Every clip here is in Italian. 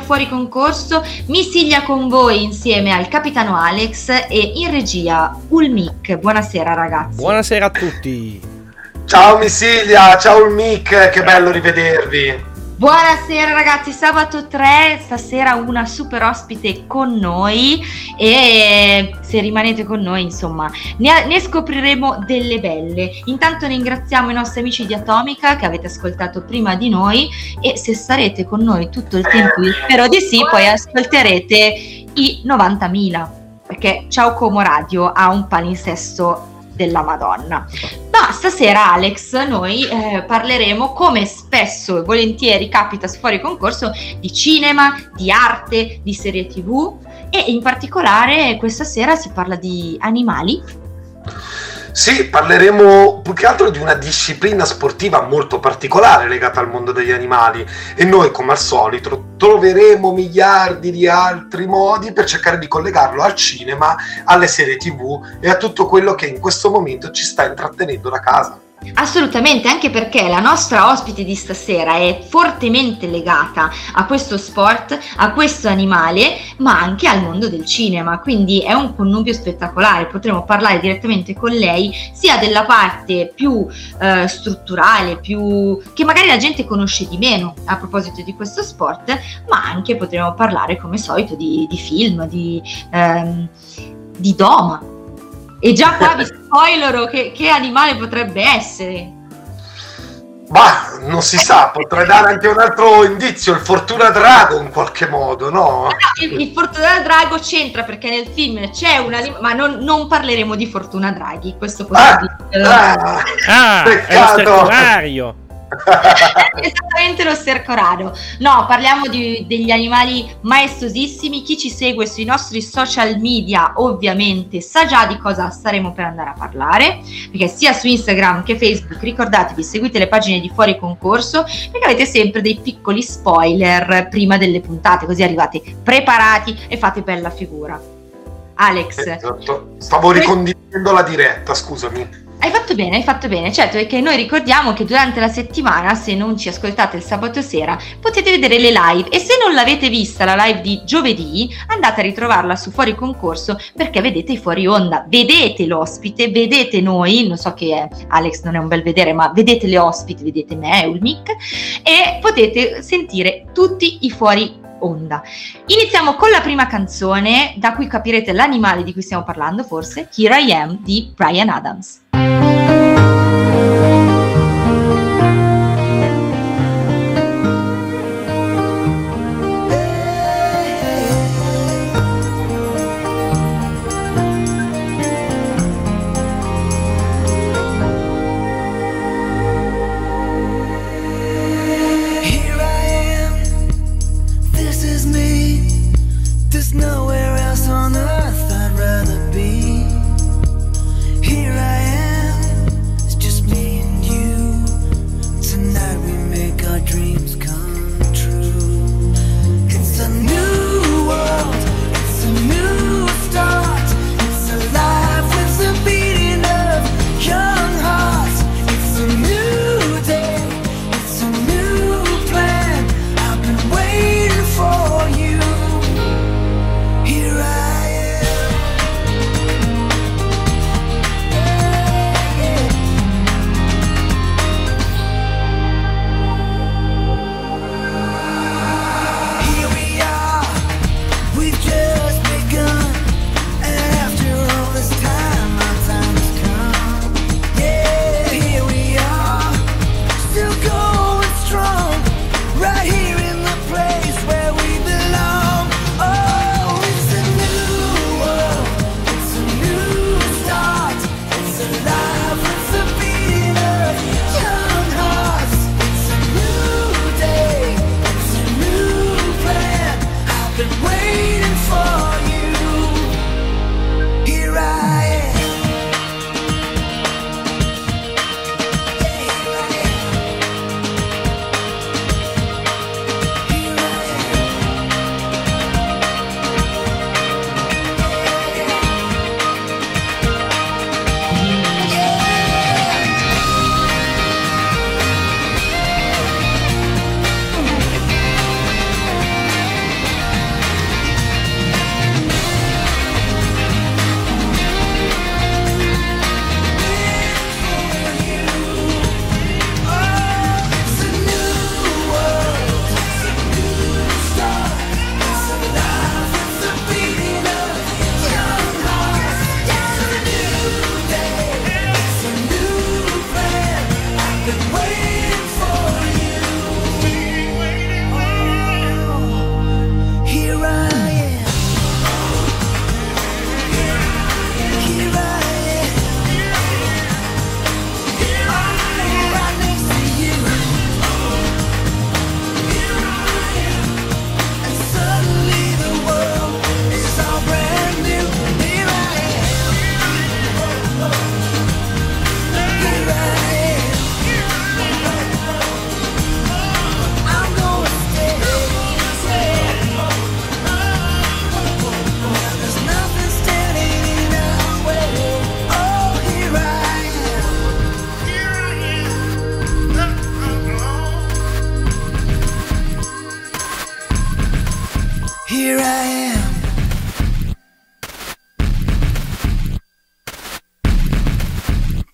Fuori Concorso, Misiglia con voi insieme al capitano Alex e in regia Ulmic. Buonasera ragazzi. Buonasera a tutti. Ciao Misiglia, ciao Ulmic, che bello rivedervi. Buonasera ragazzi, sabato 3, stasera una super ospite con noi e se rimanete con noi insomma ne scopriremo delle belle. Intanto ringraziamo i nostri amici di Atomica che avete ascoltato prima di noi e se starete con noi tutto il tempo, io spero di sì, poi ascolterete i 90.000 perché Ciao Como Radio ha un palinsesto della Madonna. Ma stasera Alex noi parleremo, come spesso e volentieri capita su Fuori Concorso, di cinema, di arte, di serie TV e in particolare questa sera si parla di animali. Sì, parleremo più che altro di una disciplina sportiva molto particolare legata al mondo degli animali e noi, come al solito, troveremo miliardi di altri modi per cercare di collegarlo al cinema, alle serie TV e a tutto quello che in questo momento ci sta intrattenendo da casa. Assolutamente, anche perché la nostra ospite di stasera è fortemente legata a questo sport, a questo animale, ma anche al mondo del cinema, quindi è un connubio spettacolare. Potremo parlare direttamente con lei sia della parte più strutturale, più che magari la gente conosce di meno a proposito di questo sport, ma anche potremo parlare come solito di film, di Doma. E già qua vi spoilero che animale potrebbe essere. Bah, non si sa, potrei dare anche un altro indizio, il Fortuna Drago in qualche modo, no? Il Fortuna Drago c'entra perché nel film c'è un animale, ma non parleremo di Fortuna Draghi, questo possiamo dire. È lo stercorario. Esattamente, lo stercorado. No, parliamo degli animali maestosissimi. Chi ci segue sui nostri social media ovviamente sa già di cosa staremo per andare a parlare, perché sia su Instagram che Facebook ricordatevi, seguite le pagine di Fuori Concorso perché avete sempre dei piccoli spoiler prima delle puntate, così arrivate preparati e fate bella figura. Alex, esatto. Stavo ricondividendo la diretta, scusami. Hai fatto bene, certo, perché noi ricordiamo che durante la settimana, se non ci ascoltate il sabato sera, potete vedere le live e se non l'avete vista la live di giovedì, andate a ritrovarla su Fuori Concorso perché vedete i fuori onda, vedete l'ospite, vedete noi, non so che Alex non è un bel vedere, ma vedete le ospiti, vedete me, Ulmic, e potete sentire tutti i fuori onda. Iniziamo con la prima canzone, da cui capirete l'animale di cui stiamo parlando, forse, Here I Am di Bryan Adams. Nowhere else on earth I'd rather be. Here I am.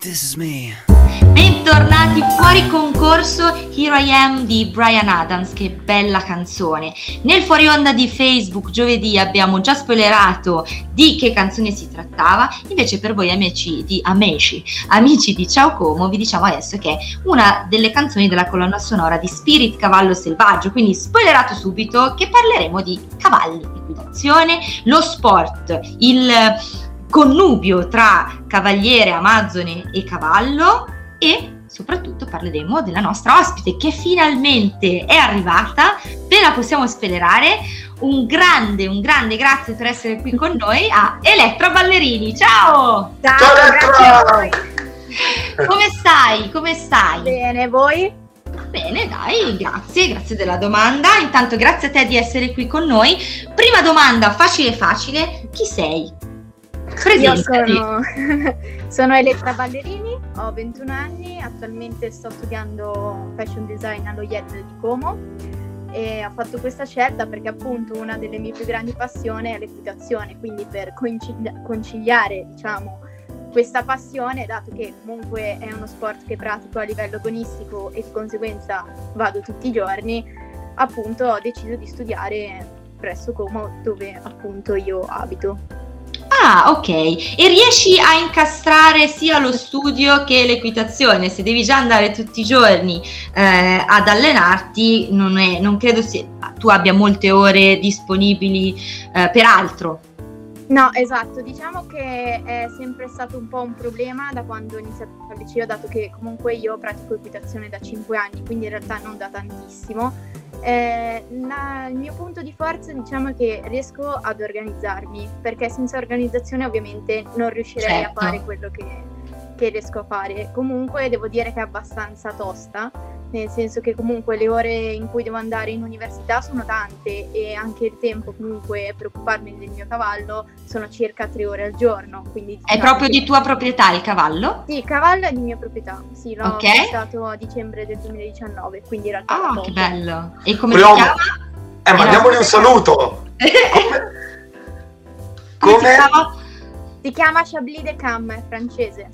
This is me. Bentornati fuori concorso Here I Am di Bryan Adams, che bella canzone. Nel fuori onda di Facebook giovedì abbiamo già spoilerato di che canzone si trattava, invece per voi amici di Ciao Como vi diciamo adesso che è una delle canzoni della colonna sonora di Spirit Cavallo Selvaggio, quindi spoilerato subito che parleremo di cavalli, equitazione, lo sport, il connubio tra cavaliere, amazzone e cavallo, e soprattutto parleremo della nostra ospite che finalmente è arrivata. Ve la possiamo spoilerare. Un grande grazie per essere qui con noi a Elettra Ballerini. Ciao! Ciao Elettra! Come stai? Bene, voi? Bene, dai, grazie della domanda. Intanto grazie a te di essere qui con noi. Prima domanda, facile, chi sei? Presentati. Io sono Elettra Ballerini, ho 21 anni, attualmente sto studiando fashion design allo IED di Como e ho fatto questa scelta perché appunto una delle mie più grandi passioni è l'equitazione, quindi per conciliare, diciamo, questa passione, dato che comunque è uno sport che pratico a livello agonistico e di conseguenza vado tutti i giorni, appunto ho deciso di studiare presso Como, dove appunto io abito. Ah, ok. E riesci a incastrare sia lo studio che l'equitazione? Se devi già andare tutti i giorni ad allenarti, non credo tu abbia molte ore disponibili per altro. No, esatto, diciamo che è sempre stato un po' un problema da quando ho iniziato al liceo, dato che comunque io pratico equitazione da 5 anni, quindi in realtà non da tantissimo. Il mio punto di forza, diciamo, è che riesco ad organizzarmi, perché senza organizzazione ovviamente non riuscirei a fare quello che riesco a fare. Comunque devo dire che è abbastanza tosta, nel senso che comunque le ore in cui devo andare in università sono tante e anche il tempo comunque per occuparmi del mio cavallo sono circa 3 ore al giorno. Quindi è proprio di tua proprietà il cavallo? Sì, il cavallo è di mia proprietà, sì, l'ho acquistato a dicembre del 2019, quindi in realtà che bello! E come si chiama? Mandiamogli un saluto! Come si chiama? Si chiama Chablis de Cam, è francese.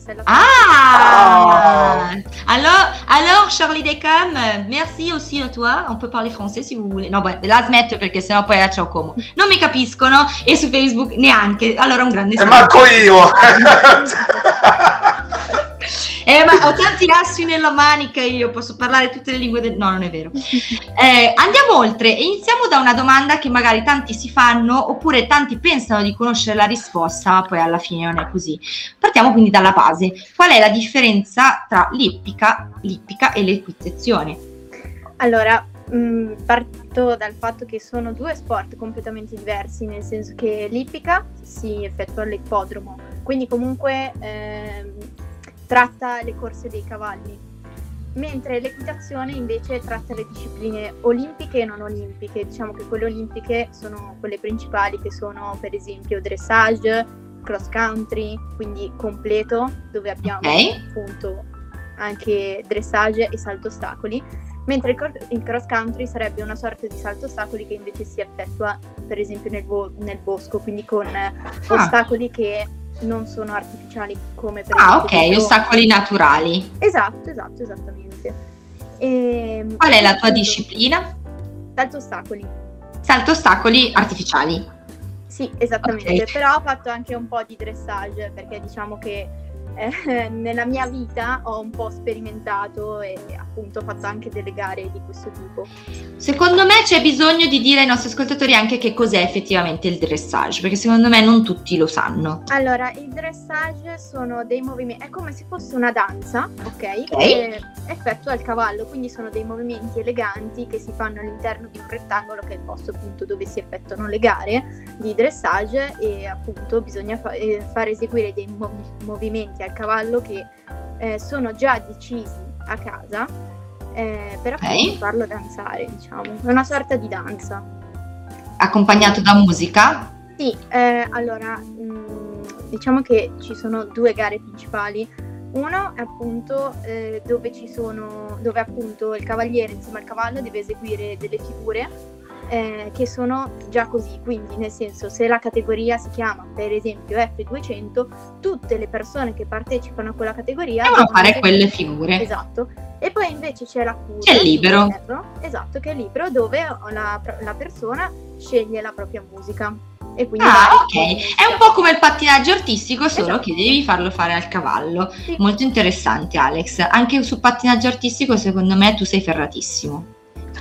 Alors Charlie Decam, merci aussi à toi. On peut parler français si vous voulez. No, la smetto perché sennò poi a Ciao Como non mi capiscono e su Facebook neanche. Allora un grande saluto. Manco io! Ma ho tanti assi nella manica, io posso parlare tutte le lingue no, non è vero. Andiamo oltre e iniziamo da una domanda che magari tanti si fanno oppure tanti pensano di conoscere la risposta, ma poi alla fine non è così. Partiamo quindi dalla base. Qual è la differenza tra l'ippica e l'equitazione? Allora, parto dal fatto che sono due sport completamente diversi, nel senso che l'ippica si effettua all'ippodromo, quindi comunque tratta le corse dei cavalli, mentre l'equitazione invece tratta le discipline olimpiche e non olimpiche. Diciamo che quelle olimpiche sono quelle principali, che sono per esempio dressage, cross country, quindi completo, dove abbiamo appunto anche dressage e salto ostacoli, mentre il cross country sarebbe una sorta di salto ostacoli che invece si effettua per esempio nel bosco, quindi con ostacoli che non sono artificiali come per esempio ostacoli naturali. Esattamente. Qual è la tua disciplina? Salto ostacoli artificiali. Sì, esattamente, però ho fatto anche un po' di dressage perché diciamo che nella mia vita ho un po' sperimentato e appunto ho fatto anche delle gare di questo tipo. Secondo me c'è bisogno di dire ai nostri ascoltatori anche che cos'è effettivamente il dressage, perché secondo me non tutti lo sanno. Allora, il dressage sono dei movimenti, è come se fosse una danza, che effettua il cavallo, quindi sono dei movimenti eleganti che si fanno all'interno di un rettangolo che è il posto appunto dove si effettuano le gare di dressage e appunto bisogna far eseguire dei movimenti al cavallo che sono già decisi a casa per appunto farlo danzare, diciamo. È una sorta di danza. Accompagnato da musica? Sì, allora diciamo che ci sono due gare principali. Uno è appunto dove appunto il cavaliere insieme al cavallo deve eseguire delle figure che sono già così, quindi nel senso, se la categoria si chiama per esempio F200, tutte le persone che partecipano a quella categoria devono fare quelle figure. Esatto. E poi invece c'è la cura, che è libero. Esatto, che è libero, dove la persona sceglie la propria musica. E quindi ok, è un po' come il pattinaggio artistico, solo esatto, che devi farlo fare al cavallo. Sì. Molto interessante, Alex. Anche su pattinaggio artistico secondo me tu sei ferratissimo.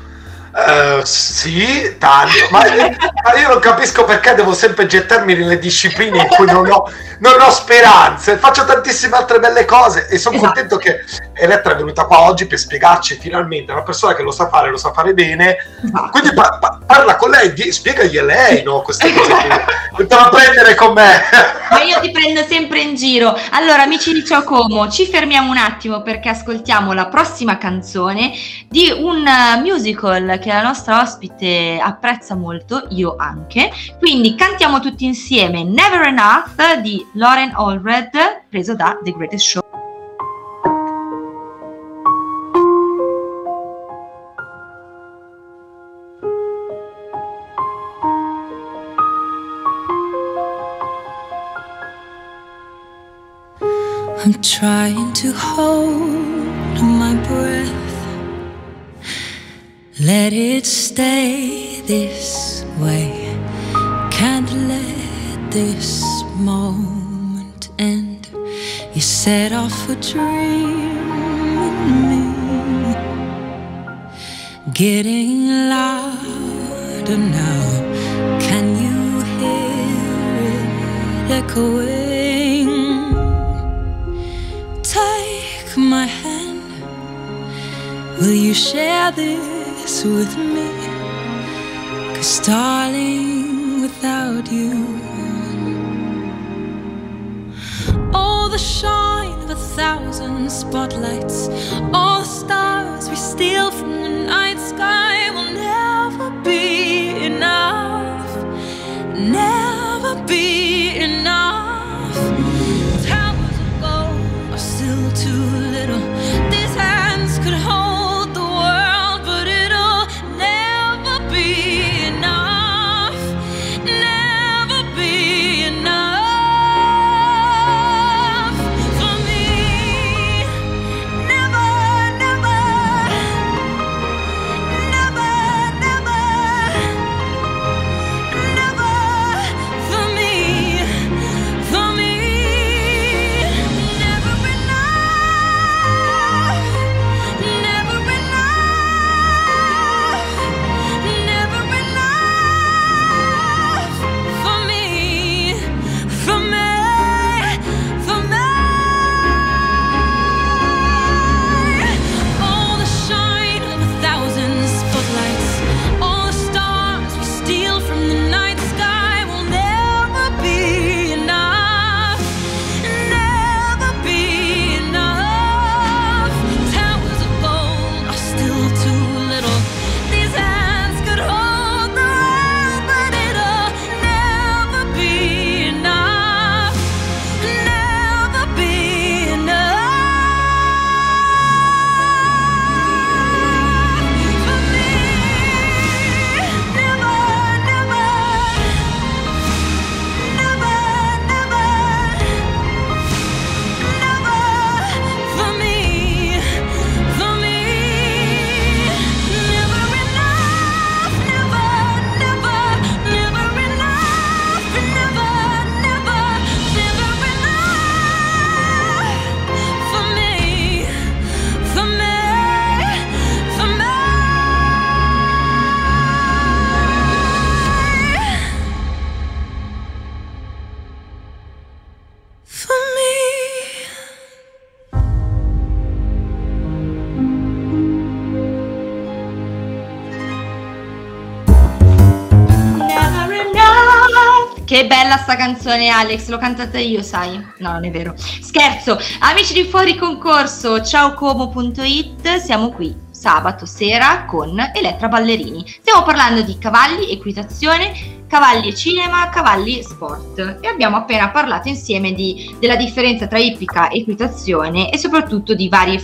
Sì, tanto, ma io non capisco perché devo sempre gettarmi nelle discipline in cui non ho speranze. Faccio tantissime altre belle cose e sono contento che Elettra è venuta qua oggi per spiegarci finalmente, una persona che lo sa fare bene. Quindi parla con lei, spiegagli a lei, no, queste cose qui. Te la prendere con me. Ma io ti prendo sempre in giro. Allora, amici di Ciao Como, ci fermiamo un attimo perché ascoltiamo la prossima canzone di un musical che la nostra ospite apprezza molto, io anche. Quindi cantiamo tutti insieme Never Enough di Lauren Allred, preso da The Greatest Show. I'm trying to hold my breath, let it stay this way, can't let this moment end. You set off a dream in me, getting louder now, can you hear it echoing? Take my hand, will you share this with me? 'Cause darling, without you, all the shine of 1,000 spotlights, all the stars we steal from the night sky will never be enough, never be enough. Still too little. These hands could hold the world, but it'll never be enough, never be enough for me. Never, never, never, never, never for me, for me. Che bella sta canzone, Alex, l'ho cantata io, sai? No, non è vero. Scherzo. Amici di Fuori Concorso, ciaocomo.it, siamo qui sabato sera con Elettra Ballerini. Stiamo parlando di cavalli, equitazione cavalli e cinema, cavalli e sport. E abbiamo appena parlato insieme della differenza tra ippica e equitazione e soprattutto di varie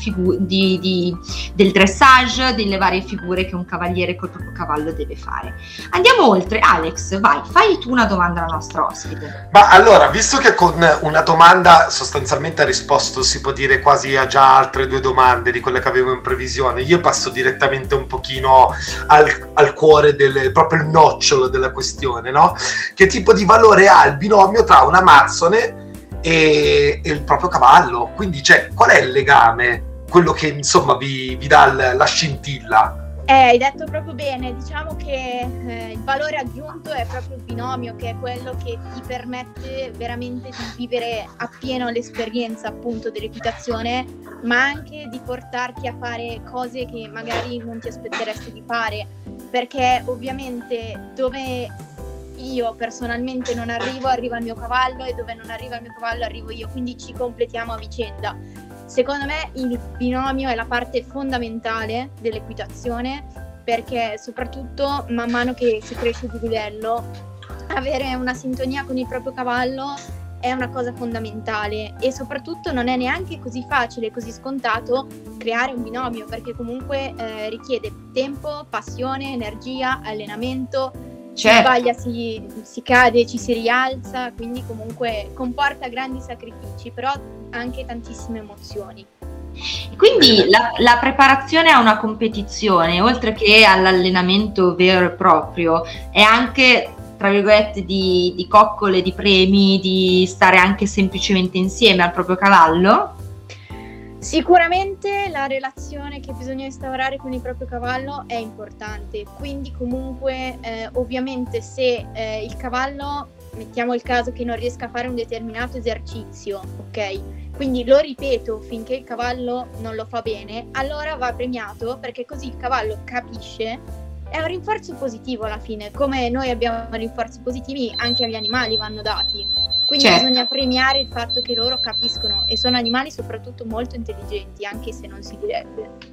del dressage, delle varie figure che un cavaliere col proprio cavallo deve fare. Andiamo oltre. Alex, vai, fai tu una domanda alla nostra ospite. Ma allora, visto che con una domanda sostanzialmente ha risposto, si può dire, quasi a già altre 2 domande di quelle che avevo in previsione, io passo direttamente un pochino al cuore, proprio il nocciolo della questione, no? Che tipo di valore ha il binomio tra un amazzone e il proprio cavallo? Quindi, cioè, qual è il legame? Quello che, insomma, vi dà la scintilla? Hai detto proprio bene, diciamo che il valore aggiunto è proprio il binomio, che è quello che ti permette veramente di vivere appieno l'esperienza appunto dell'equitazione, ma anche di portarti a fare cose che magari non ti aspetteresti di fare, perché ovviamente dove io personalmente non arrivo, arriva il mio cavallo, e dove non arriva il mio cavallo arrivo io, quindi ci completiamo a vicenda. Secondo me il binomio è la parte fondamentale dell'equitazione, perché soprattutto man mano che si cresce di livello, avere una sintonia con il proprio cavallo è una cosa fondamentale, e soprattutto non è neanche così facile, così scontato creare un binomio, perché comunque richiede tempo, passione, energia, allenamento. Si sbaglia, si cade, ci si rialza, quindi comunque comporta grandi sacrifici, però anche tantissime emozioni. Quindi la preparazione a una competizione, oltre che all'allenamento vero e proprio, è anche, tra virgolette, di coccole, di premi, di stare anche semplicemente insieme al proprio cavallo? Sicuramente la relazione che bisogna instaurare con il proprio cavallo è importante, quindi comunque ovviamente se il cavallo, mettiamo il caso che non riesca a fare un determinato esercizio, ok? Quindi lo ripeto finché il cavallo non lo fa bene, allora va premiato, perché così il cavallo capisce. È un rinforzo positivo alla fine, come noi abbiamo rinforzi positivi anche agli animali vanno dati. Quindi bisogna premiare il fatto che loro capiscono, e sono animali soprattutto molto intelligenti, anche se non si direbbe.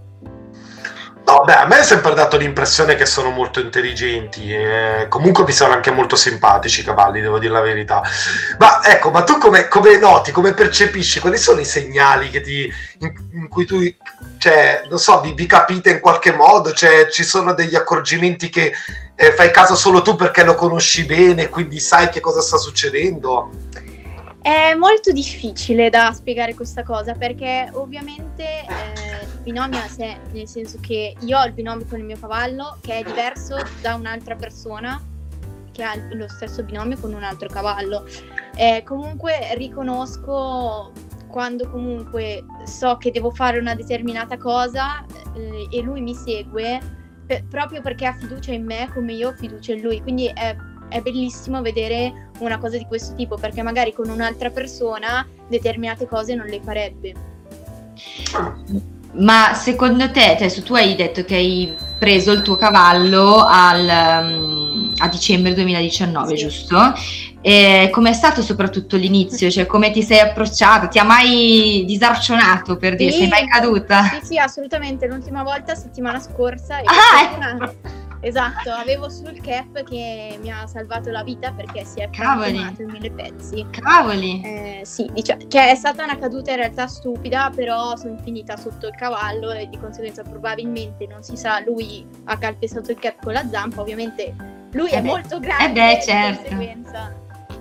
No, beh, a me è sempre dato l'impressione che sono molto intelligenti, comunque mi sono anche molto simpatici i cavalli, devo dire la verità. Ma ecco, ma tu come noti, come percepisci, quali sono i segnali che in cui tu, cioè, non so, vi capite in qualche modo, cioè ci sono degli accorgimenti che fai caso solo tu perché lo conosci bene, quindi sai che cosa sta succedendo? È molto difficile da spiegare questa cosa, perché ovviamente il binomio a sé, nel senso che io ho il binomio con il mio cavallo che è diverso da un'altra persona che ha lo stesso binomio con un altro cavallo. Comunque riconosco quando comunque so che devo fare una determinata cosa e lui mi segue proprio perché ha fiducia in me come io ho fiducia in lui, quindi è bellissimo vedere una cosa di questo tipo, perché magari con un'altra persona determinate cose non le farebbe. Ma secondo te, adesso tu hai detto che hai preso il tuo cavallo a dicembre 2019, sì, giusto? Com'è stato soprattutto l'inizio? Cioè, come ti sei approcciata? Ti ha mai disarcionato, per dire? Sì, sei mai caduta? Sì, assolutamente. L'ultima volta, settimana scorsa. Esatto, avevo sul cap che mi ha salvato la vita perché si è fermato in 1000 pezzi. Cavoli! Sì, cioè è stata una caduta in realtà stupida, però sono finita sotto il cavallo e di conseguenza probabilmente, non si sa, lui ha calpestato il cap con la zampa, ovviamente lui è molto grande, certo. Di conseguenza.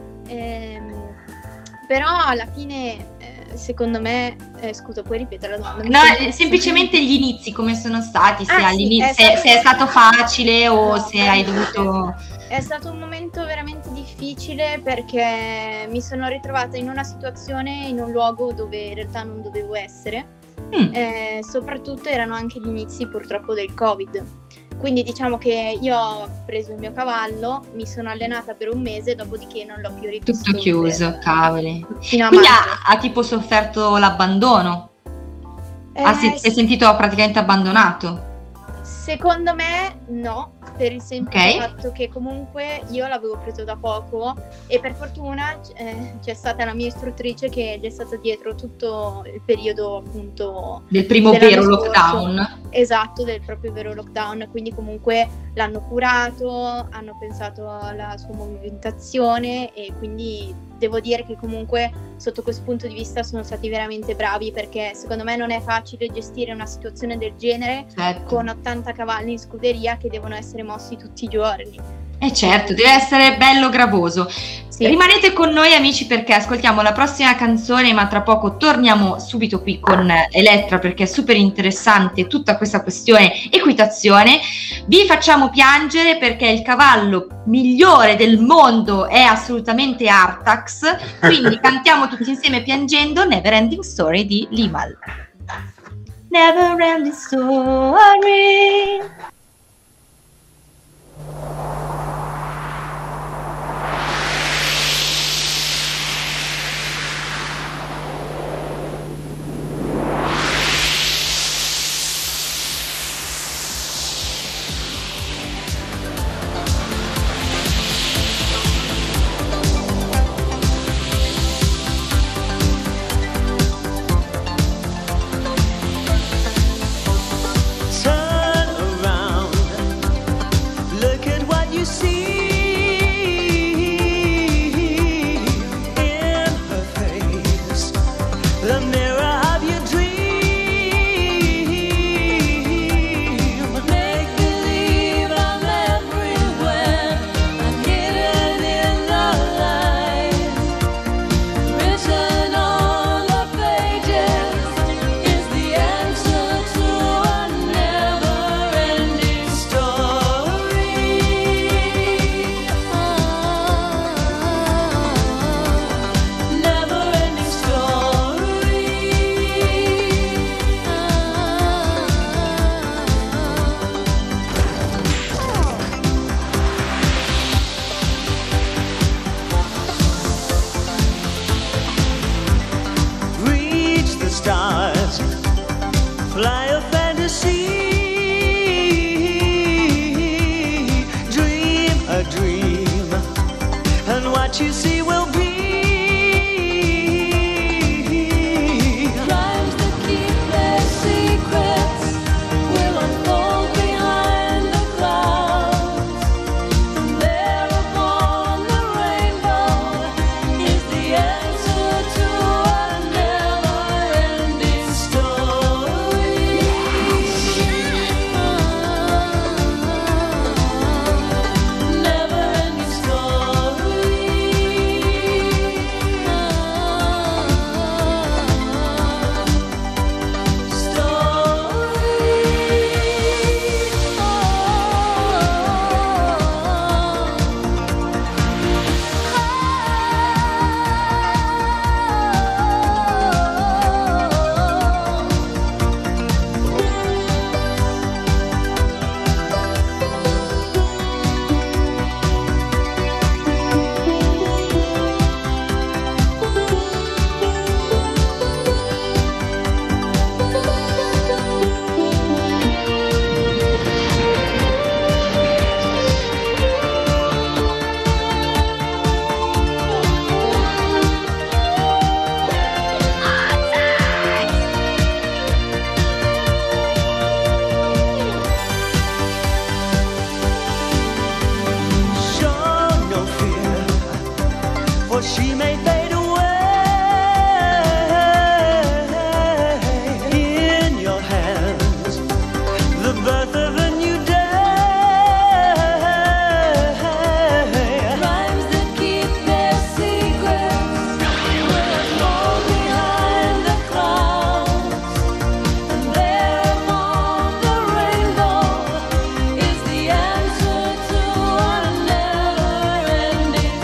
Però alla fine secondo me, scusa, puoi ripetere la domanda? No, semplicemente gli inizi come sono stati, se è stato facile o no, se hai dovuto... È stato un momento veramente difficile perché mi sono ritrovata in una situazione, in un luogo dove in realtà non dovevo essere, soprattutto erano anche gli inizi purtroppo del Covid. Quindi diciamo che io ho preso il mio cavallo, mi sono allenata per un mese, dopodiché non l'ho più rivisto. Tutto chiuso, cavoli. Fino a quindi maggio. ha tipo sofferto l'abbandono? Si è sentito praticamente abbandonato? Secondo me no, per il semplice fatto che comunque io l'avevo preso da poco e per fortuna c'è stata la mia istruttrice che gli è stata dietro tutto il periodo appunto del primo vero lockdown. esatto del proprio vero lockdown, quindi comunque l'hanno curato, hanno pensato alla sua movimentazione e quindi devo dire che comunque sotto questo punto di vista sono stati veramente bravi, perché secondo me non è facile gestire una situazione del genere Certo. con 80 cavalli in scuderia che devono essere mossi tutti i giorni. Certo, deve essere bello gravoso. Sì. Rimanete con noi amici perché ascoltiamo la prossima canzone, ma tra poco torniamo subito qui con Elettra perché è super interessante tutta questa questione equitazione. Vi facciamo piangere perché il cavallo migliore del mondo è assolutamente Artax, quindi cantiamo tutti insieme piangendo Never Ending Story di Limal. Never Ending Story. Turn around, look at what you see in her face, the mirror of your dream. Make believe I'm everywhere. I'm hidden in the light. Written on the pages is the answer to a never-ending story. Never-ending story. Reach the stars, fly a fantasy, dream a dream, and what you see will be. Rhymes that keep their secrets will unfold behind the clouds. And there upon the rainbow is the answer to a never-ending story. Never-ending Show no fear, for she may fade away. In your hands, the birth of a new day. Rhymes that keep their secrets will unfold behind the clouds. And there upon the rainbow is the answer to a never-ending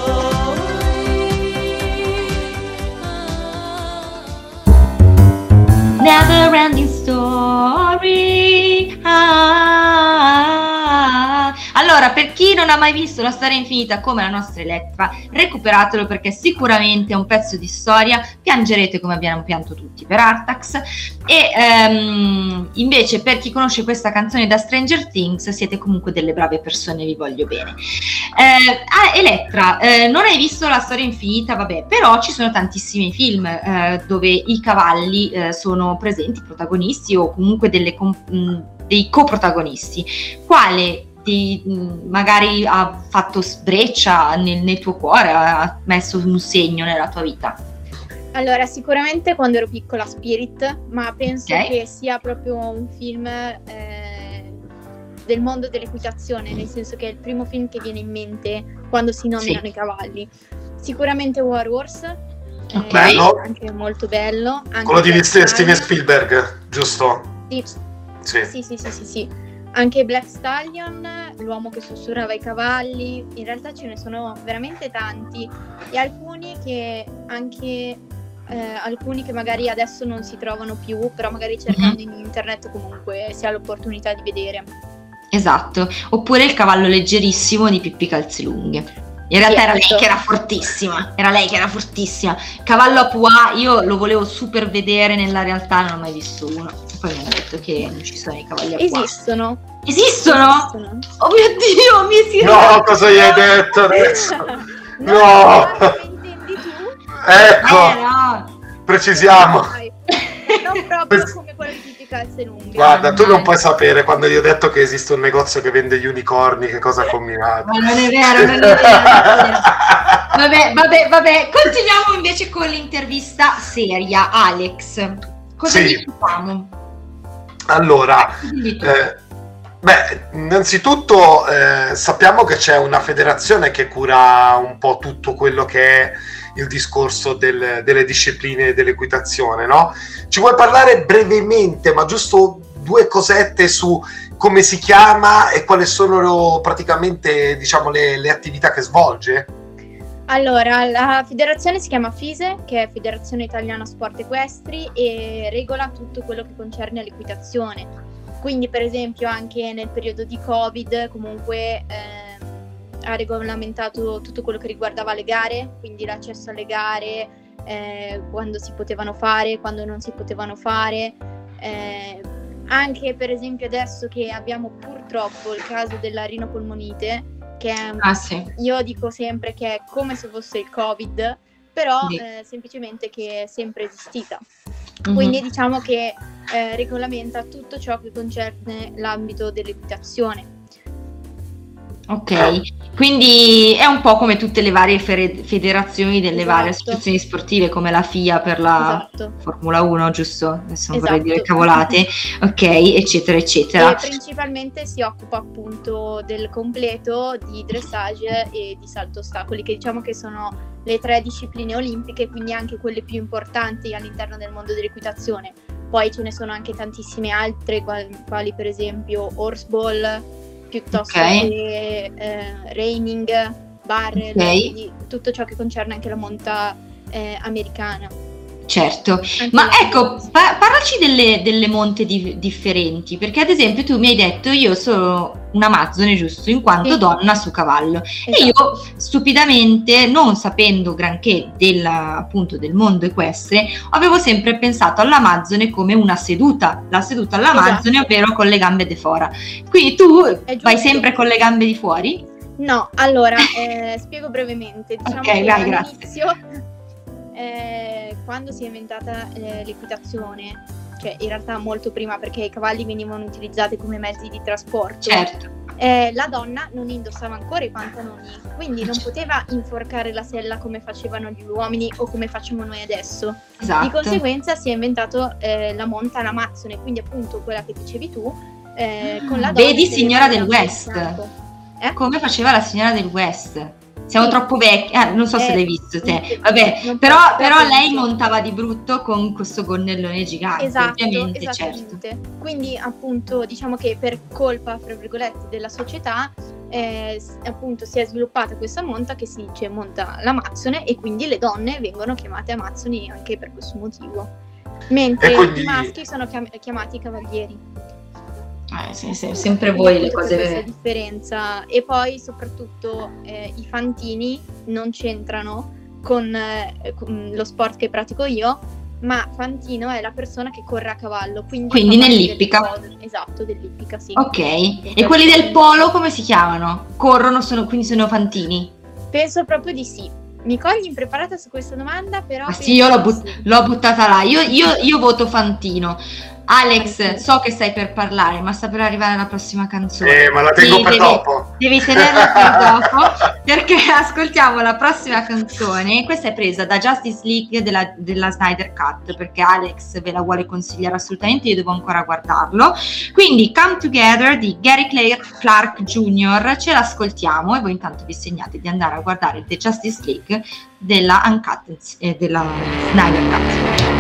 story. Never Ending Story. Allora, per chi non ha mai visto La storia infinita come la nostra Elettra, recuperatelo perché sicuramente è un pezzo di storia, piangerete come abbiamo pianto tutti per Artax. E invece per chi conosce questa canzone da Stranger Things siete comunque delle brave persone, vi voglio bene. Elettra, non hai visto La storia infinita, vabbè, però ci sono tantissimi film dove i cavalli sono presenti, protagonisti o comunque dei coprotagonisti. Quale magari ha fatto sbreccia nel tuo cuore, ha messo un segno nella tua vita? Allora, sicuramente quando ero piccola Spirit, ma penso Ok. che sia proprio un film del mondo dell'equitazione, nel senso che è il primo film che viene in mente quando si nominano Sì. i cavalli. Sicuramente War Horse, Ok. Bello. anche molto bello. Anche Quello di Black Steven Stallion. Spielberg, giusto? Sì. Sì. Sì. Anche Black Stallion, l'uomo che sussurrava i cavalli, in realtà ce ne sono veramente tanti e alcuni che magari adesso non si trovano più, però magari cercando in internet comunque si ha l'opportunità di vedere. Esatto, oppure Il cavallo leggerissimo di Pippi Calzelunghe. In realtà era lei Certo. che era fortissima. Cavallo a Poix, io lo volevo super vedere, nella realtà non ho mai visto uno. E poi mi hanno detto che non ci sono i cavalli a Poix. Esistono? Esistono? Oh mio Dio, mi si No, cosa gli hai detto adesso? No, No. come intendi tu? Ecco, no. precisiamo. Dai, non proprio come quello di Pippi Calzelunghe. Guarda, tu non puoi sapere quando gli ho detto che esiste un negozio che vende gli unicorni, che cosa ha combinato. Ma non è vero, non è vero. Vabbè, continuiamo invece con l'intervista seria. Alex, cosa Sì. diciamo? Allora, Dimmi tu. innanzitutto sappiamo che c'è una federazione che cura un po' tutto quello che è il discorso delle discipline dell'equitazione, no? Ci vuoi parlare brevemente, ma giusto 2 cosette su come si chiama e quali sono praticamente, diciamo, le attività che svolge? Allora, la federazione si chiama FISE, che è Federazione Italiana Sport Equestri, e regola tutto quello che concerne l'equitazione. Quindi, per esempio, anche nel periodo di Covid, comunque ha regolamentato tutto quello che riguardava le gare, quindi l'accesso alle gare, quando si potevano fare, quando non si potevano fare. Anche, per esempio, adesso che abbiamo purtroppo il caso della rinopolmonite, che è Sì. io dico sempre che è come se fosse il Covid, però Sì. semplicemente che è sempre esistita. Mhm. Quindi diciamo che regolamenta tutto ciò che concerne l'ambito dell'equitazione. Ok, quindi è un po' come tutte le varie federazioni delle Esatto. varie associazioni sportive, come la FIA per la Esatto. Formula 1, giusto? Adesso non vorrei Esatto. dire cavolate, ok, eccetera, eccetera. E principalmente si occupa appunto del completo di dressage e di salto ostacoli, che diciamo che sono le 3 discipline olimpiche, quindi anche quelle più importanti all'interno del mondo dell'equitazione. Poi ce ne sono anche tantissime altre, quali per esempio horseball, piuttosto Ok. che reining, barrel, Ok. quindi tutto ciò che concerne anche la monta americana. Certo, Anche ma la- ecco, parlaci delle monte differenti, perché ad esempio tu mi hai detto io sono un'amazzone, giusto, in quanto Sì. donna su cavallo. E Esatto. io stupidamente, non sapendo granché appunto del mondo equestre, avevo sempre pensato all'amazzone come una seduta, la seduta all'amazzone, Esatto. ovvero con le gambe di fuori. Quindi tu È vai giusto. sempre con le gambe di fuori? No, allora spiego brevemente. Diciamo Ok, che vai, grazie. all'inizio, quando si è inventata l'equitazione, cioè in realtà molto prima, perché i cavalli venivano utilizzati come mezzi di trasporto, Certo, la donna non indossava ancora i pantaloni, quindi non poteva inforcare la sella come facevano gli uomini o come facciamo noi adesso. Di esatto. conseguenza si è inventato la monta all'amazzone, quindi appunto quella che dicevi tu, con la donna Vedi, che signora rimane del al West. fianco. Come faceva la signora del West. Siamo Sì. troppo vecchi, non so se l'hai visto te. sì, Vabbè, non però penso. lei montava di brutto con questo gonnellone gigante, Esatto, ovviamente, certo. esattamente. Quindi appunto diciamo che per colpa, fra virgolette, della società, appunto si è sviluppata questa monta che si dice monta l'amazzone, e quindi le donne vengono chiamate amazzoni anche per questo motivo. Mentre E quindi- i maschi sono chiamati cavalieri. sempre Quindi voi le appunto c'è questa cose. differenza, e poi soprattutto i fantini non c'entrano con lo sport che pratico io, ma fantino è la persona che corre a cavallo, quindi Quindi fa parte nell'ippica. esatto, dell'ippica, sì. Ok, e quelli del polo come si chiamano? Corrono, quindi sono fantini? Penso proprio di sì. Mi cogli impreparata su questa domanda, però Ah sì, io penso di sì. l'ho buttata là. Io voto Fantino. Alex, Fantino. so che stai per parlare, ma sta per arrivare la prossima canzone. Ma la tengo per dopo. Devi tenerla per dopo, perché ascoltiamo la prossima canzone. Questa è presa da Justice League della Snyder Cut, perché Alex ve la vuole consigliare assolutamente, io devo ancora guardarlo. Quindi Come Together di Gary Clark Jr. ce l'ascoltiamo e voi intanto vi segnate di andare a guardare The Justice League della della Snyder Cut.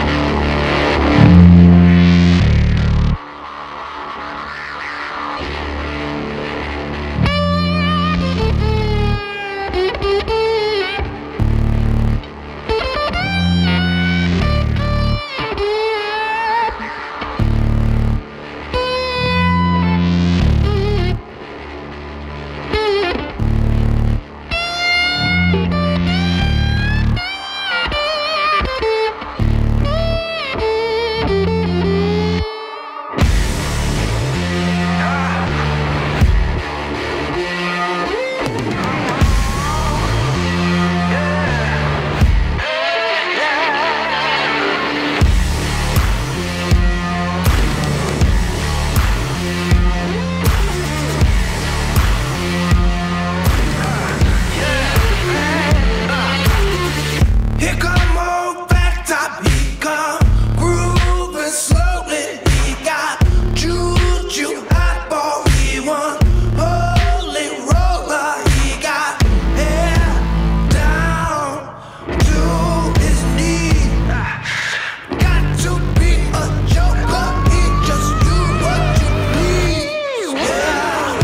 Here come old back top, he come grooving slowly. He got juju eyeball, he one holy roller. He got hair down to his knee. Got to be a joker, he just do what you please. Yeah.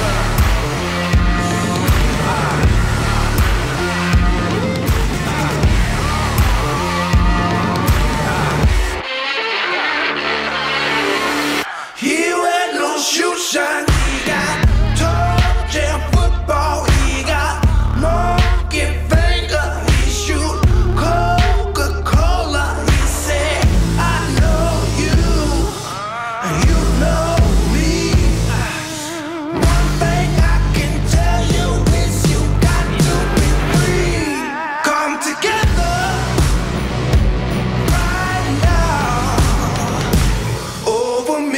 He wear no shoe shine. He got toe jam football. He got monkey finger. He shoot Coca-Cola. He said, I know you, and you know me. One thing I can tell you is you got to be free. Come together right now over me.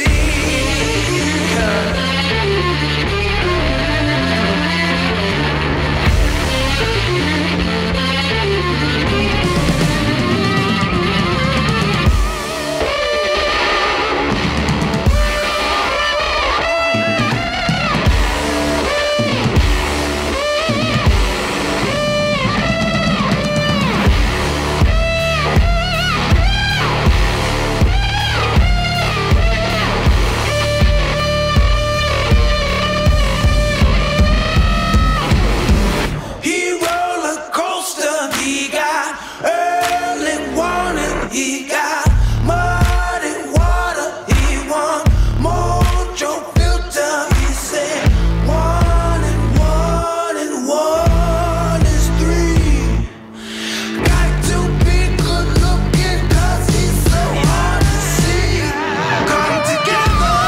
He roller coaster, he got early warning, he got muddy water, he want mojo filter. He said one and one is three. Got to be good looking 'cause he's so hard to see. Come together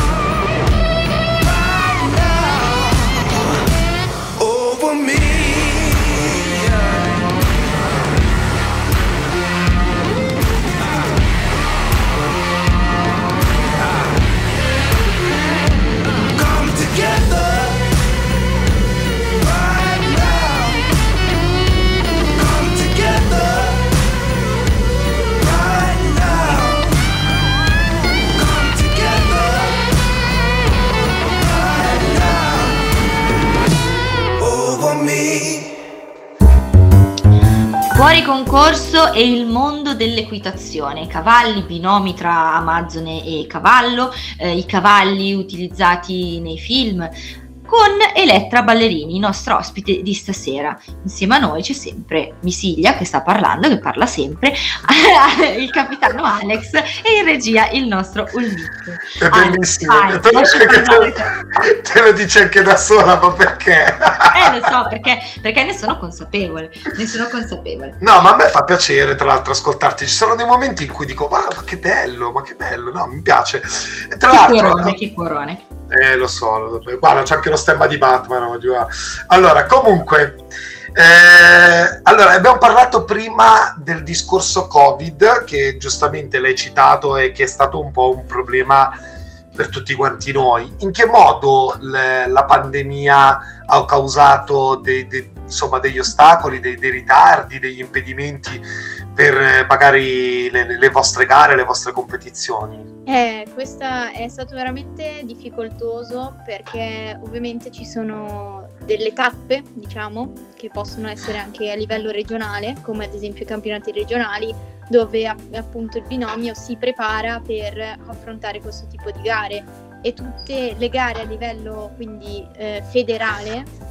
right now over me. Come together right now. Come together right now. Come together right now over me. Fuori concorso è il mondo dell'equitazione, cavalli, binomi tra Amazzone e cavallo, i cavalli utilizzati nei film. con Elettra Ballerini, nostra ospite di stasera. Insieme a noi c'è sempre Misiglia che sta parlando, che parla sempre, il capitano Alex e in regia il nostro Ulmicco. È bellissimo. Vai, lascia parlare te. Te lo dice anche da sola, ma perché? Lo so, perché ne sono consapevole, No, ma a me fa piacere, tra l'altro, ascoltarti. Ci sono dei momenti in cui dico, ma che bello, no, mi piace. E tra l'altro, Che cuorone. lo so, guarda, c'è anche lo stemma di Batman oggi, guarda. Allora, comunque, allora, abbiamo parlato prima del discorso Covid, che giustamente l'hai citato e che è stato un po' un problema per tutti quanti noi. In che modo la pandemia ha causato insomma, degli ostacoli, dei ritardi, degli impedimenti per magari le vostre gare, le vostre competizioni? Questa è stato veramente difficoltoso perché ovviamente ci sono delle tappe, diciamo, che possono essere anche a livello regionale, come ad esempio i campionati regionali, dove appunto il binomio si prepara per affrontare questo tipo di gare, e tutte le gare a livello quindi federale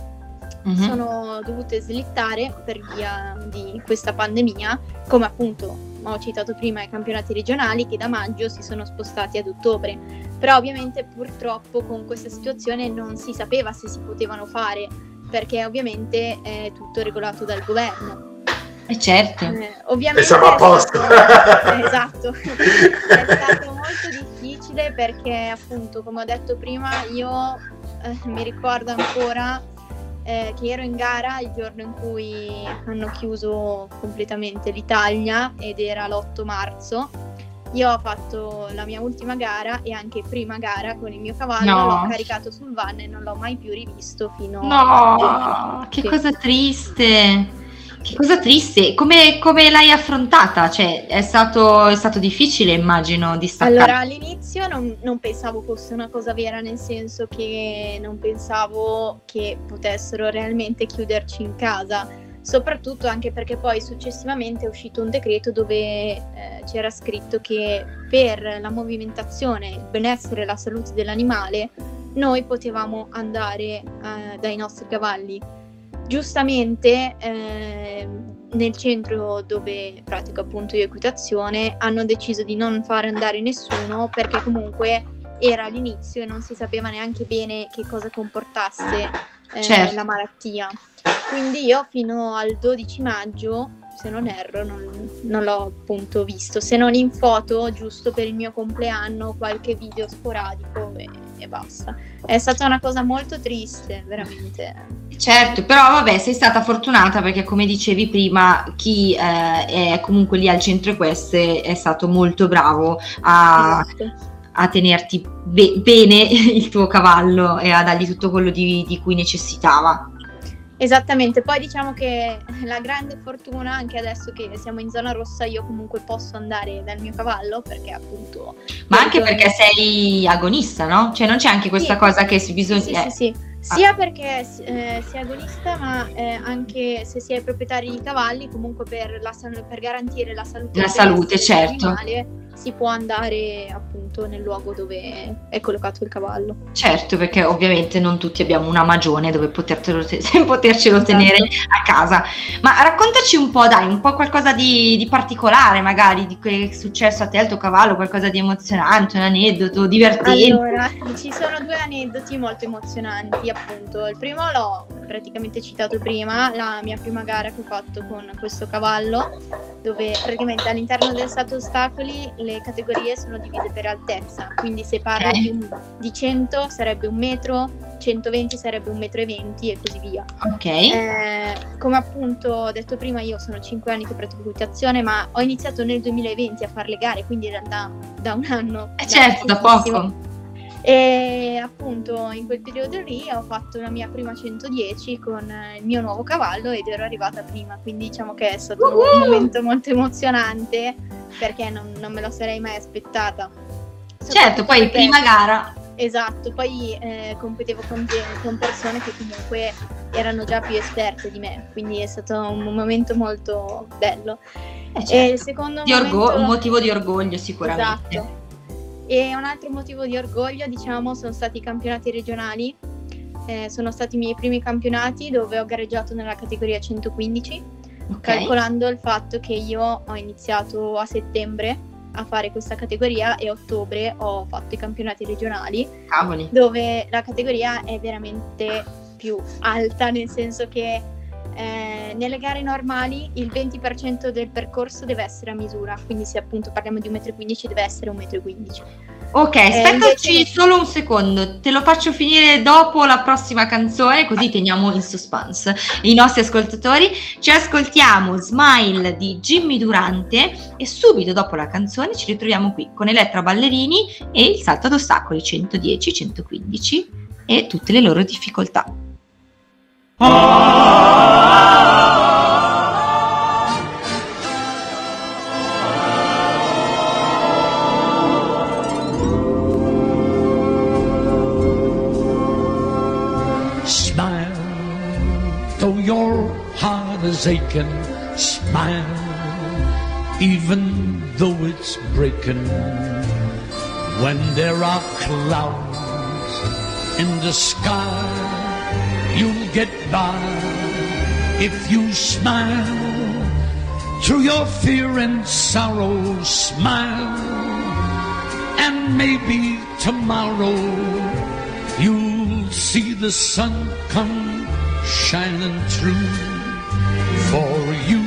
sono dovute slittare per via di questa pandemia, come appunto ho citato prima i campionati regionali che da maggio si sono spostati ad ottobre. Però ovviamente purtroppo con questa situazione non si sapeva se si potevano fare, perché ovviamente è tutto regolato dal governo. Certo. Ovviamente E siamo a posto. Esatto. È stato molto difficile perché appunto, come ho detto prima, io mi ricordo ancora che ero in gara il giorno in cui hanno chiuso completamente l'Italia, ed era l'8 marzo. Io ho fatto la mia ultima gara e anche prima gara con il mio cavallo, l'ho caricato sul van e non l'ho mai più rivisto fino No, che cosa triste. Che cosa triste. Come l'hai affrontata? Cioè, è stato difficile, immagino, di staccare. Allora, all'inizio non pensavo fosse una cosa vera, nel senso che non pensavo che potessero realmente chiuderci in casa, soprattutto anche perché poi successivamente è uscito un decreto dove c'era scritto che per la movimentazione, il benessere e la salute dell'animale noi potevamo andare dai nostri cavalli. Giustamente nel centro dove pratico appunto io equitazione hanno deciso di non fare andare nessuno, perché comunque era all'inizio e non si sapeva neanche bene che cosa comportasse Certo. la malattia. Quindi io fino al 12 maggio, se non erro, non l'ho appunto visto, se non in foto, giusto per il mio compleanno, qualche video sporadico e basta. È stata una cosa molto triste, veramente. Certo, però vabbè, sei stata fortunata perché, come dicevi prima, chi è comunque lì al centro equestre è stato molto bravo Esatto. a tenerti bene il tuo cavallo e a dargli tutto quello di cui necessitava. Esattamente, poi diciamo che la grande fortuna, anche adesso che siamo in zona rossa, io comunque posso andare dal mio cavallo, perché appunto... Ma anche perché sei agonista, no? Cioè non c'è anche questa cosa che si bisogna... Sì. Sia perché si è agonista, ma anche se si è proprietari di cavalli, comunque per garantire la salute. La salute, certo. Dell'animale, si può andare appunto nel luogo dove è collocato il cavallo. Certo, perché ovviamente non tutti abbiamo una magione dove potercelo tenere a casa. Ma raccontaci un po', dai, un po' qualcosa di particolare, magari, di che è successo a te al tuo cavallo, qualcosa di emozionante, un aneddoto divertente. Allora, ci sono due aneddoti molto emozionanti, appunto. Il primo l'ho praticamente citato prima, la mia prima gara che ho fatto con questo cavallo, dove praticamente all'interno del salto ostacoli le categorie sono divise per altezza, quindi se parlo di 100 sarebbe 1 metro, 120 sarebbe 1,20 m e così via. Ok. Come appunto ho detto prima, io sono 5 anni che pratico equitazione, ma ho iniziato nel 2020 a fare le gare, quindi in realtà da un anno. Certo, da poco. E appunto in quel periodo lì ho fatto la mia prima 110 con il mio nuovo cavallo ed ero arrivata prima, quindi diciamo che è stato un momento molto emozionante, perché non me lo sarei mai aspettata. Certo, poi perché, prima gara. Esatto, poi competevo con persone che comunque erano già più esperte di me, quindi è stato un momento molto bello. Certo. E il secondo Un motivo di orgoglio sicuramente. Esatto. E un altro motivo di orgoglio, diciamo, sono stati i campionati regionali, sono stati i miei primi campionati dove ho gareggiato nella categoria 115, Ok. calcolando il fatto che io ho iniziato a settembre a fare questa categoria e a ottobre ho fatto i campionati regionali, Cavoli. dove la categoria è veramente più alta, nel senso che nelle gare normali il 20% del percorso deve essere a misura, quindi se appunto parliamo di 1,15 m deve essere 1,15 m. Ok, aspettaci invece- solo un secondo, te lo faccio finire dopo la prossima canzone, così teniamo in suspense i nostri ascoltatori. Ci ascoltiamo Smile di Jimmy Durante e subito dopo la canzone ci ritroviamo qui con Elettra Ballerini e il salto ad ostacoli 110, 115 e tutte le loro difficoltà. Smile, though your heart is aching. Smile, even though it's breaking. When there are clouds in the sky, you'll get by if you smile. Through your fear and sorrow, smile, and maybe tomorrow you'll see the sun come shining through for you.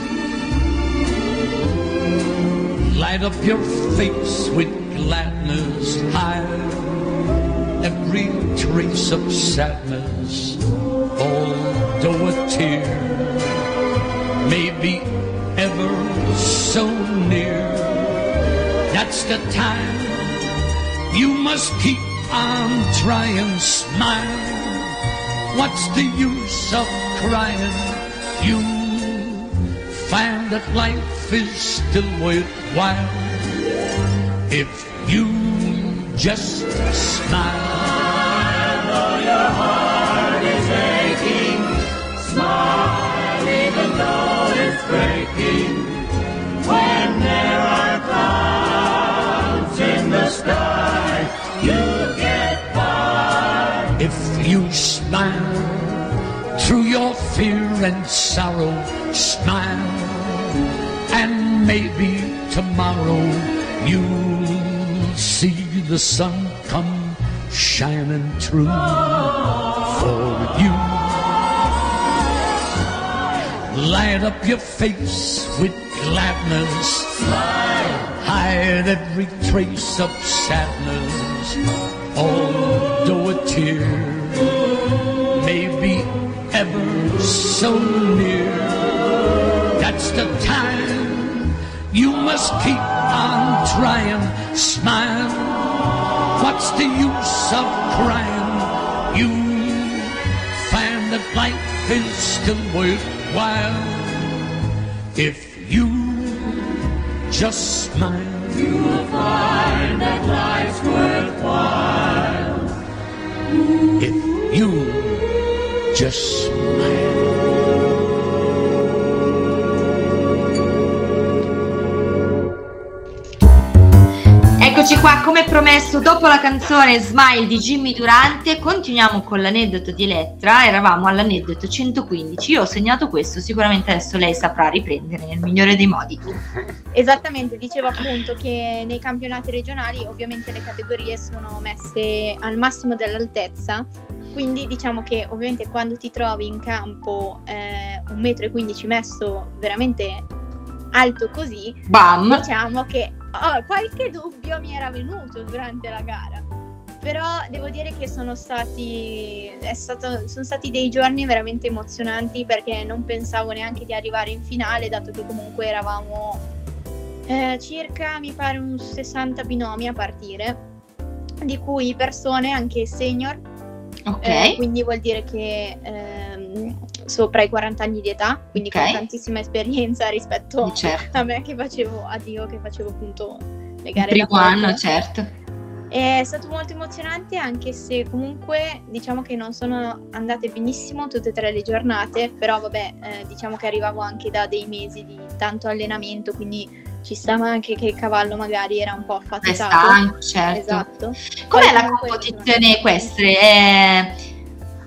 Light up your face with gladness, hide every trace of sadness, although a tear may be ever so near. That's the time you must keep on trying. Smile, what's the use of crying? You find that life is still worthwhile if you just smile. Though your heart is aching, smile even though it's breaking. When there are clouds in the sky, you'll get by if you smile. Through your fear and sorrow, smile, and maybe tomorrow you'll see the sun come shining through for you. Light up your face with gladness, smile, hide every trace of sadness, although a tear may be ever so near. That's the time you must keep on trying. Smile, what's the use of crying? You find that life is still worthwhile if you just smile. You will find that life's worthwhile if you just smile. Eccoci qua, come promesso, dopo la canzone Smile di Jimmy Durante continuiamo con l'aneddoto di Elettra. Eravamo all'aneddoto 115, io ho segnato questo, sicuramente adesso lei saprà riprendere nel migliore dei modi. Esattamente, dicevo appunto che nei campionati regionali ovviamente le categorie sono messe al massimo dell'altezza, quindi diciamo che ovviamente quando ti trovi in campo 1,15 m messo veramente alto così, Bam! diciamo che qualche dubbio mi era venuto durante la gara, però devo dire che sono stati dei giorni veramente emozionanti, perché non pensavo neanche di arrivare in finale, dato che comunque eravamo circa, mi pare, un 60 binomi a partire, di cui persone anche senior, Ok, quindi vuol dire che sopra i 40 anni di età, quindi Ok. con tantissima esperienza rispetto certo. a me che facevo appunto le Il gare primo da poco. anno, certo. È stato molto emozionante, anche se comunque diciamo che non sono andate benissimo tutte e tre le giornate, però vabbè, diciamo che arrivavo anche da dei mesi di tanto allenamento, quindi ci stava anche che il cavallo magari era un po' È affaticato. stanco, certo. Esatto. Com'è Poi la comunque competizione equestre?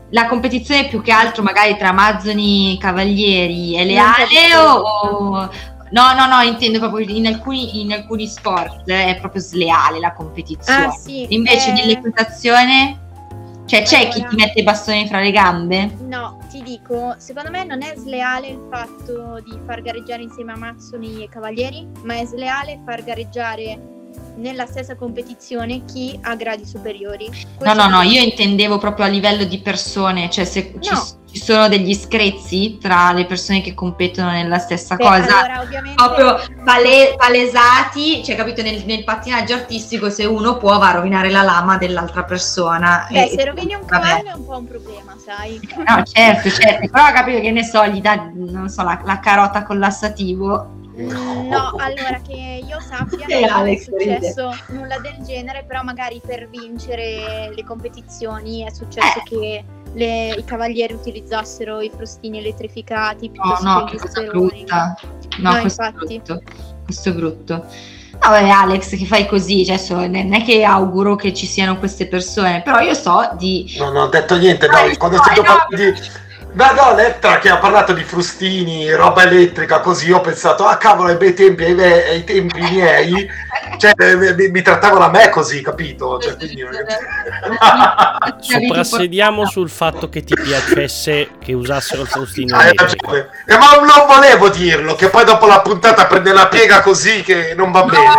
la competizione più che altro magari tra Amazzoni Cavalieri e Non Leale capisco. o... No, intendo proprio in alcuni sport è proprio sleale la competizione. Ah, sì, Invece nell'equitazione, cioè c'è chi allora- ti mette i bastoni fra le gambe? No, ti dico, secondo me non è sleale il fatto di far gareggiare insieme a Mazzoni e Cavalieri, ma è sleale far gareggiare nella stessa competizione chi ha gradi superiori. No, io intendevo proprio a livello di persone, cioè se ci sono degli screzi tra le persone che competono nella stessa Beh, cosa, allora, ovviamente, proprio palesati, cioè capito, nel pattinaggio artistico se uno può va a rovinare la lama dell'altra persona. Beh, se rovini un vabbè. cavallo è un po' un problema, sai? No, certo, però capito che ne so, gli dà, non so, la carota con l'assativo. No, allora che io sappia E non è Alex successo nulla del genere, però magari per vincere le competizioni è successo che i cavalieri utilizzassero i frustini elettrificati piuttosto No, che che gli cosa speroni. brutta. No, questo è infatti. brutto. Questo è brutto. No, vabbè, Alex, che fai così? Cioè, non è che auguro che ci siano queste persone, però io so di... Non ho detto niente, no, quando ho sentito parlare di... No, Lettra che ha parlato di frustini, roba elettrica, così ho pensato, ah cavolo, ai bei tempi, ai tempi miei, cioè mi trattavano a me così, capito? Cioè, quindi... Soprassediamo sul fatto che ti piacesse che usassero il frustino Hai elettrico. ragione. Ma non volevo dirlo, che poi dopo la puntata prende la piega così che non va bene.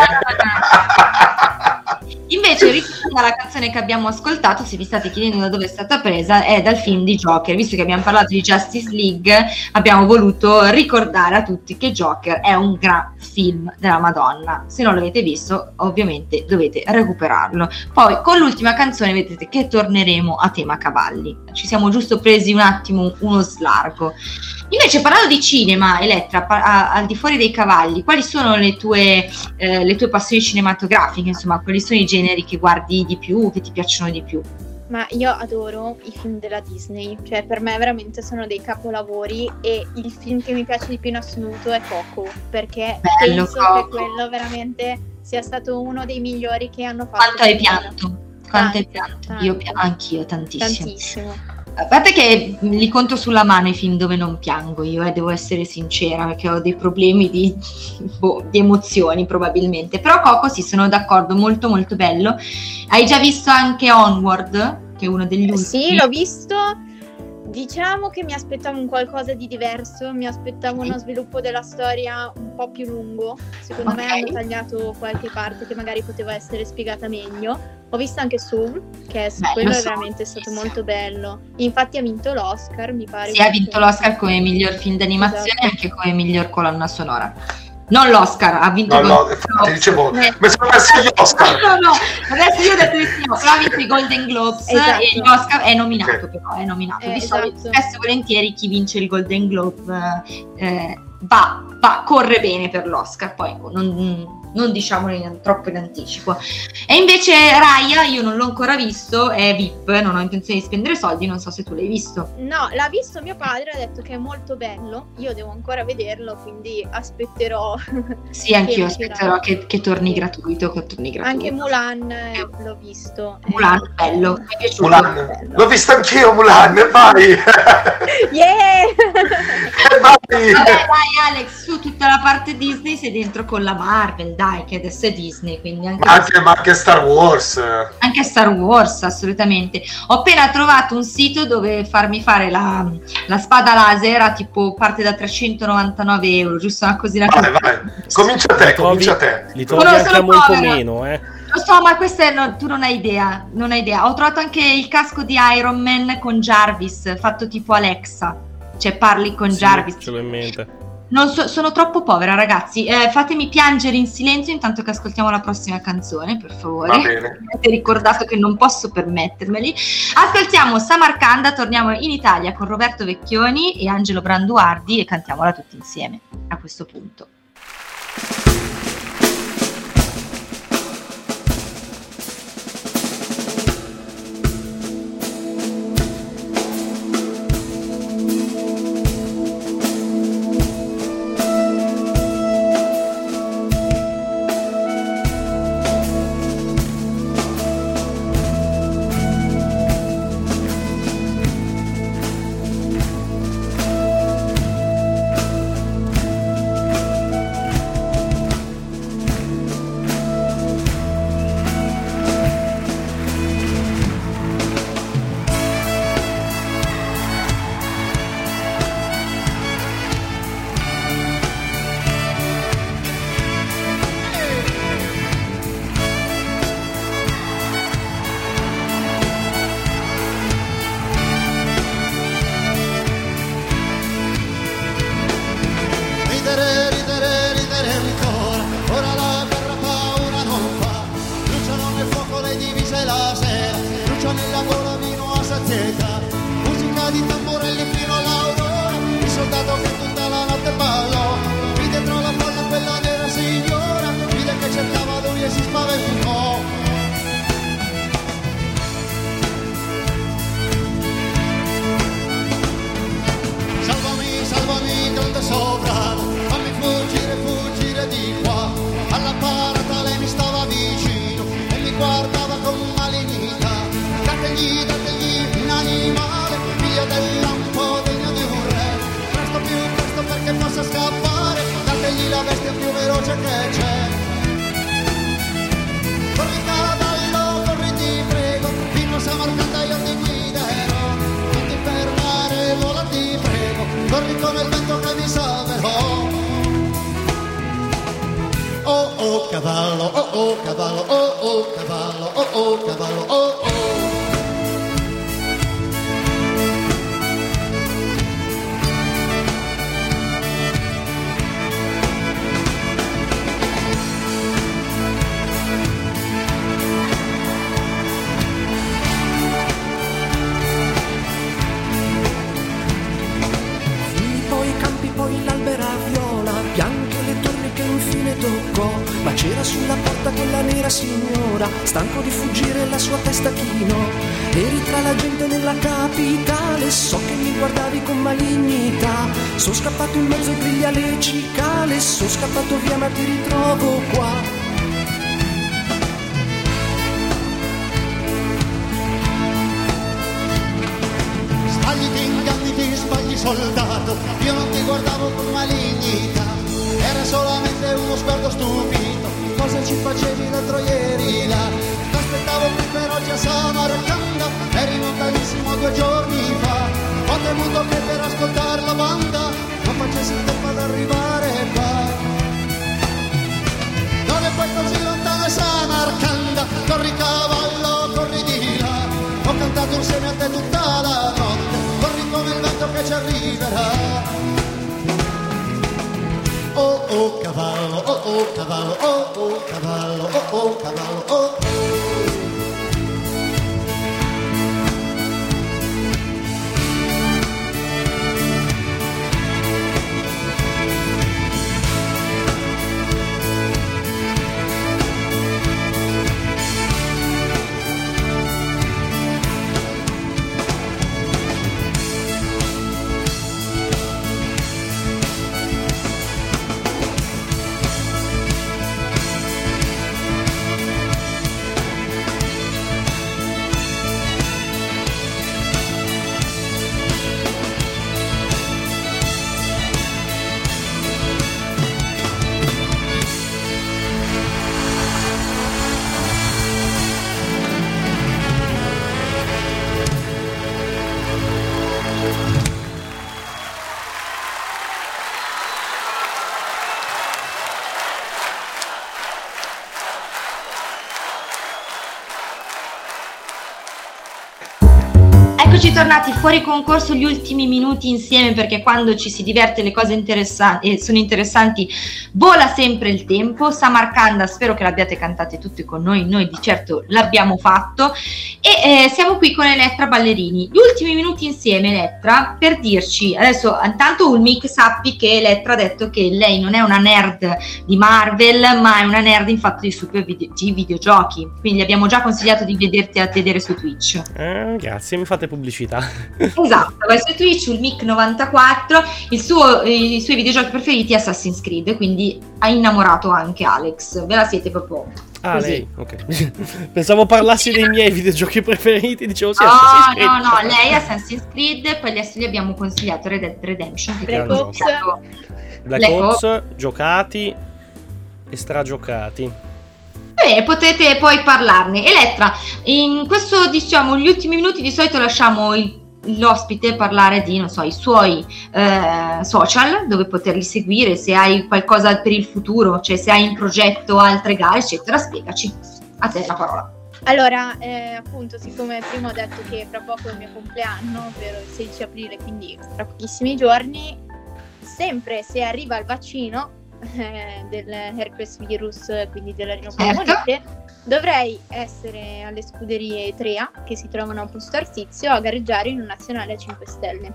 Invece, ritornando alla canzone che abbiamo ascoltato, se vi state chiedendo da dove è stata presa, è dal film di Joker. Visto che abbiamo parlato di Justice League, abbiamo voluto ricordare a tutti che Joker è un gran film della Madonna. Se non l'avete visto, ovviamente dovete recuperarlo. Poi, con l'ultima canzone, vedete che torneremo a tema cavalli. Ci siamo giusto presi un attimo uno slargo. Invece, parlando di cinema, Elettra, al di fuori dei cavalli, quali sono le tue passioni cinematografiche? Insomma, quali sono i generi che guardi di più, che ti piacciono di più? Ma io adoro i film della Disney, cioè per me veramente sono dei capolavori e il film che mi piace di più in assoluto è Coco, perché Bello, penso Coco. che quello veramente sia stato uno dei migliori che hanno fatto. Quanto hai finora. pianto? Quanto hai Tanto, pianto? Io tanto. anch'io, tantissimo. Tantissimo. A parte che li conto sulla mano i film dove non piango, io devo essere sincera, perché ho dei problemi di emozioni probabilmente. Però Coco, sì, sono d'accordo, molto molto bello. Hai già visto anche Onward, che è uno degli ultimi? Sì, l'ho visto. Diciamo che mi aspettavo un qualcosa di diverso, mi aspettavo uno sviluppo della storia un po' più lungo. Secondo me Ok. hanno tagliato qualche parte che magari poteva essere spiegata meglio. Ho visto anche Soul, che Bello, quello è Soul, veramente stato sì. molto bello. Infatti ha vinto l'Oscar, mi pare. Sì, ha vinto l'Oscar come miglior film d'animazione e Esatto. anche come miglior colonna sonora. Non l'Oscar, ha vinto No, infatti dicevo, mi sono perso gli Oscar. No, adesso io ho detto di sì, no, però ha vinto i Golden Globes Esatto. e gli Oscar è nominato, Ok. però è nominato. Di Esatto. solito, spesso e volentieri chi vince il Golden Globe corre bene per l'Oscar, poi non diciamolo troppo in anticipo. E invece Raya io non l'ho ancora visto, è VIP, non ho intenzione di spendere soldi, non so se tu l'hai visto. No, l'ha visto mio padre, ha detto che è molto bello. Io devo ancora vederlo, quindi aspetterò. Sì, anch'io Che uscirà. aspetterò che torni gratuito, Anche Mulan l'ho visto. Mulan, bello, mi è piaciuto. Mulan. L'ho visto anch'io Mulan, vai! Yeah! Vai! Vabbè, dai Alex, su tutta la parte Disney sei dentro con la Marvel, dai, che adesso è Disney, quindi Ma anche Star Wars. anche Star Wars, assolutamente. Ho appena trovato un sito dove farmi fare la spada laser a tipo parte da 399 euro, giusto una cosina così. Vai. Comincia te. Li trovi Sono anche a molto povera. meno, Lo so, ma questo tu non hai idea, non hai idea. Ho trovato anche il casco di Iron Man con Jarvis, fatto tipo Alexa, cioè parli con Sì, Jarvis. ce l'ho in mente. Sono troppo povera, ragazzi. Fatemi piangere in silenzio intanto che ascoltiamo la prossima canzone, per favore. Va bene. Avete ricordato che non posso permettermeli. Ascoltiamo Samarcanda, torniamo in Italia con Roberto Vecchioni e Angelo Branduardi e cantiamola tutti insieme a questo punto. cavallo, oh cavallo, oh cavallo, oh cavallo, oh. Poi i campi, poi l'albera viola, bianche le torri che infine toccò, ma c'era sulla porta quella nera signora, stanco di fuggire la sua testa chinò. Eri tra la gente nella capitale, so che mi guardavi con malignità, sono scappato in mezzo ai grilli alle cicale, sono scappato via ma ti ritrovo qua. Sbagliti, inganniti, sbagli soldato, io non ti guardavo con malignità, era solamente uno sguardo stupito, cosa ci facevi l'altro ieri là? T'aspettavo qui per oggi a Samarcanda, eri lontanissimo 2 giorni fa, ho temuto che per ascoltare la banda non facessi il tempo ad arrivare qua. Dove poi così lontano è Samarcanda, corri cavallo, corri di là, ho cantato insieme a te tutta la notte, corri come il vento che ci arriverà. Oh oh cavallo, oh cavallo, oh cavallo, oh cavallo, oh. Eccoci tornati fuori concorso, gli ultimi minuti insieme, perché quando ci si diverte le cose interessanti sono interessanti, vola sempre il tempo. Samarcanda spero che l'abbiate cantate tutte con noi di certo l'abbiamo fatto, e siamo qui con Elettra Ballerini. Gli ultimi minuti insieme, Elettra, per dirci adesso, intanto Ulmic, sappi che Elettra ha detto che lei non è una nerd di Marvel, ma è una nerd in fatto di videogiochi, quindi abbiamo già consigliato di vederti a vedere su Twitch. Grazie, mi fate pubblicità. Esatto, vai su Twitch, Ulmic94, i suoi videogiochi preferiti è Assassin's Creed, quindi ha innamorato anche Alex, ve la siete proprio così. Lei, ok. Pensavo parlassi dei miei videogiochi preferiti, dicevo sì, No, Assassin's Creed. no, lei Assassin's Creed, poi adesso gli abbiamo consigliato Red Dead Redemption, che Black abbiamo Ops. consigliato. Black Ops, giocati e stragiocati. Potete poi parlarne. Elettra, in questo, diciamo, gli ultimi minuti di solito lasciamo l'ospite parlare di, non so, i suoi social, dove poterli seguire, se hai qualcosa per il futuro, cioè se hai in progetto altre gare, eccetera. Spiegaci, a te la parola. Allora, appunto, siccome prima ho detto che fra poco è il mio compleanno, ovvero il 16 aprile, quindi tra pochissimi giorni, sempre se arriva il vaccino del herpes virus, quindi della rinopolmonite, dovrei essere alle scuderie Trea, che si trovano a Posto Arsizio, a gareggiare in un nazionale a 5 stelle.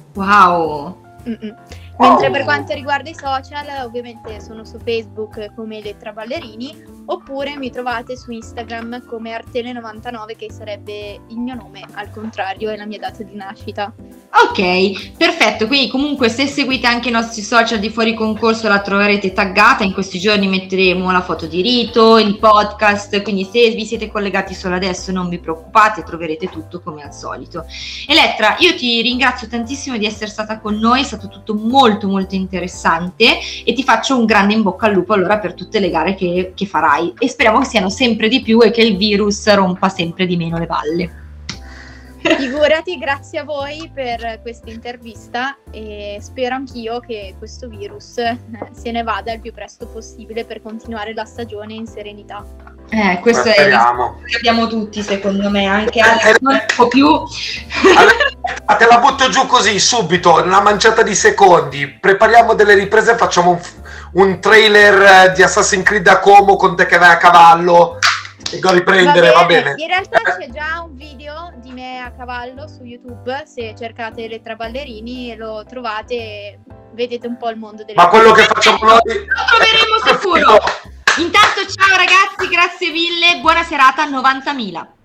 Wow! Mentre per quanto riguarda i social, ovviamente sono su Facebook come Elettra Ballerini, oppure mi trovate su Instagram come Artele99, che sarebbe il mio nome al contrario e la mia data di nascita. Ok, perfetto, quindi comunque se seguite anche i nostri social di Fuori Concorso la troverete taggata, in questi giorni metteremo la foto di Rito, il podcast, quindi se vi siete collegati solo adesso non vi preoccupate, troverete tutto come al solito. Elettra, io ti ringrazio tantissimo di essere stata con noi, è stato tutto molto molto interessante e ti faccio un grande in bocca al lupo allora per tutte le gare che farai, e speriamo che siano sempre di più e che il virus rompa sempre di meno le balle. Figurati, grazie a voi per questa intervista e spero anch'io che questo virus se ne vada il più presto possibile per continuare la stagione in serenità. Questo è il che abbiamo tutti, secondo me, anche Alex non può più. Allora, te la butto giù così subito, una manciata di secondi. Prepariamo delle riprese e facciamo un trailer di Assassin's Creed a Como con te che vai a cavallo e go a riprendere, va bene. In realtà c'è già un video di me a cavallo su YouTube, se cercate Elettra Ballerini lo trovate e vedete un po' il mondo delle Ma quello che facciamo noi lo troveremo sicuro. Intanto ciao ragazzi, grazie mille, buona serata, 90.000.